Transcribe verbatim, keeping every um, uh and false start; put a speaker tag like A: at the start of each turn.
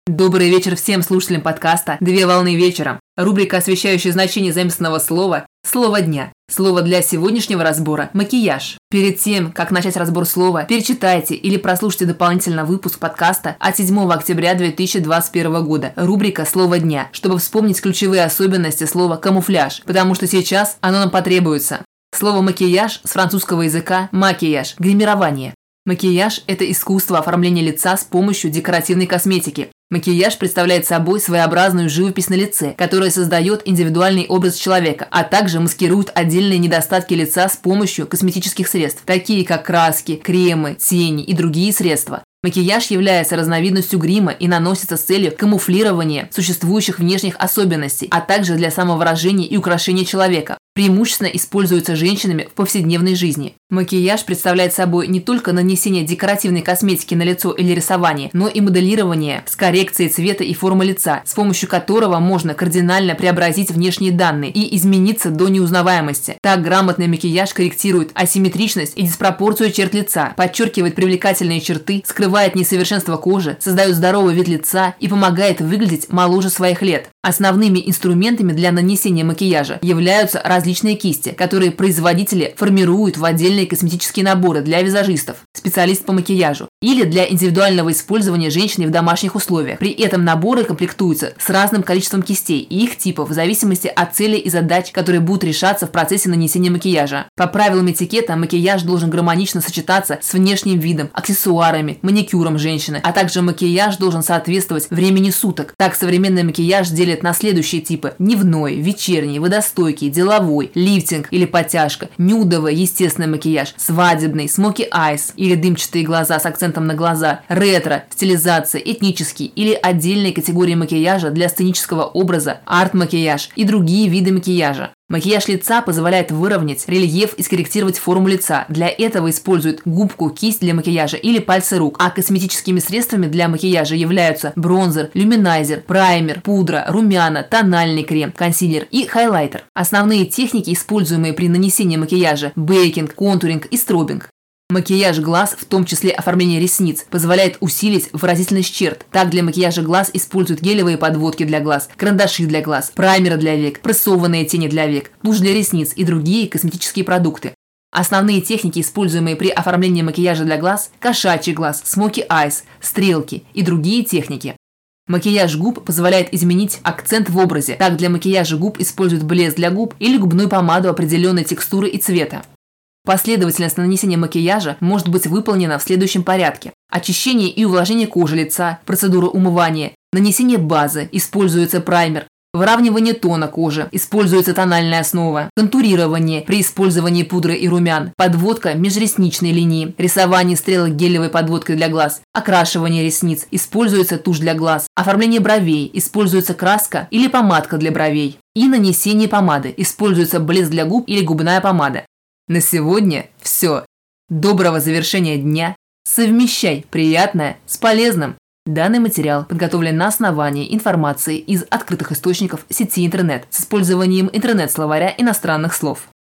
A: Добрый вечер всем слушателям подкаста «Две волны вечером». Рубрика, освещающая значение заимствованного слова «Слово дня». Слово для сегодняшнего разбора – макияж. Перед тем, как начать разбор слова, перечитайте или прослушайте дополнительно выпуск подкаста от седьмого октября две тысячи двадцать первого года. Рубрика «Слово дня», чтобы вспомнить ключевые особенности слова «камуфляж», потому что сейчас оно нам потребуется. Слово «макияж» с французского языка «макияж» – гримирование. Макияж – это искусство оформления лица с помощью декоративной косметики. Макияж представляет собой своеобразную живопись на лице, которая создает индивидуальный образ человека, а также маскирует отдельные недостатки лица с помощью косметических средств, такие как краски, кремы, тени и другие средства. Макияж является разновидностью грима и наносится с целью камуфлирования существующих внешних особенностей, а также для самовыражения и украшения человека. Преимущественно используется женщинами в повседневной жизни. Макияж представляет собой не только нанесение декоративной косметики на лицо или рисование, но и моделирование с коррекцией цвета и формы лица, с помощью которого можно кардинально преобразить внешние данные и измениться до неузнаваемости. Так, грамотный макияж корректирует асимметричность и диспропорцию черт лица, подчеркивает привлекательные черты, скрывает несовершенство кожи, создает здоровый вид лица и помогает выглядеть моложе своих лет. Основными инструментами для нанесения макияжа являются различные кисти, которые производители формируют в отдельные косметические наборы для визажистов, специалистов по макияжу, или для индивидуального использования женщиной в домашних условиях. При этом наборы комплектуются с разным количеством кистей и их типов в зависимости от целей и задач, которые будут решаться в процессе нанесения макияжа. По правилам этикета макияж должен гармонично сочетаться с внешним видом, аксессуарами, маникюром женщины, а также макияж должен соответствовать времени суток. Так, современный макияж делит на следующие типы: дневной, вечерний, водостойкий, деловой, лифтинг или подтяжка, нюдовый, естественный макияж, свадебный, смоки айс или дымчатые глаза с акцентом на глаза, ретро, стилизация, этнический или отдельные категории макияжа для сценического образа, арт-макияж и другие виды макияжа. Макияж лица позволяет выровнять рельеф и скорректировать форму лица. Для этого используют губку, кисть для макияжа или пальцы рук. А косметическими средствами для макияжа являются бронзер, люминайзер, праймер, пудра, румяна, тональный крем, консилер и хайлайтер. Основные техники, используемые при нанесении макияжа – бейкинг, контуринг и стробинг. Макияж глаз, в том числе оформление ресниц, позволяет усилить выразительность черт. Так, для макияжа глаз используют гелевые подводки для глаз, карандаши для глаз, праймеры для век, прессованные тени для век, тушь для ресниц и другие косметические продукты. Основные техники, используемые при оформлении макияжа для глаз – кошачий глаз, смоки айс, стрелки и другие техники. Макияж губ позволяет изменить акцент в образе. Так, для макияжа губ используют блеск для губ или губную помаду определенной текстуры и цвета. Последовательность нанесения макияжа может быть выполнена в следующем порядке: очищение и увлажнение кожи лица, процедура умывания, нанесение базы, используется праймер, выравнивание тона кожи, используется тональная основа, контурирование при использовании пудры и румян, подводка межресничной линии, рисование стрелок гелевой подводкой для глаз, окрашивание ресниц, используется тушь для глаз, оформление бровей, используется краска или помадка для бровей, и нанесение помады, используется блеск для губ или губная помада. На сегодня все. Доброго завершения дня. Совмещай приятное с полезным. Данный материал подготовлен на основании информации из открытых источников сети интернет с использованием интернет-словаря иностранных слов.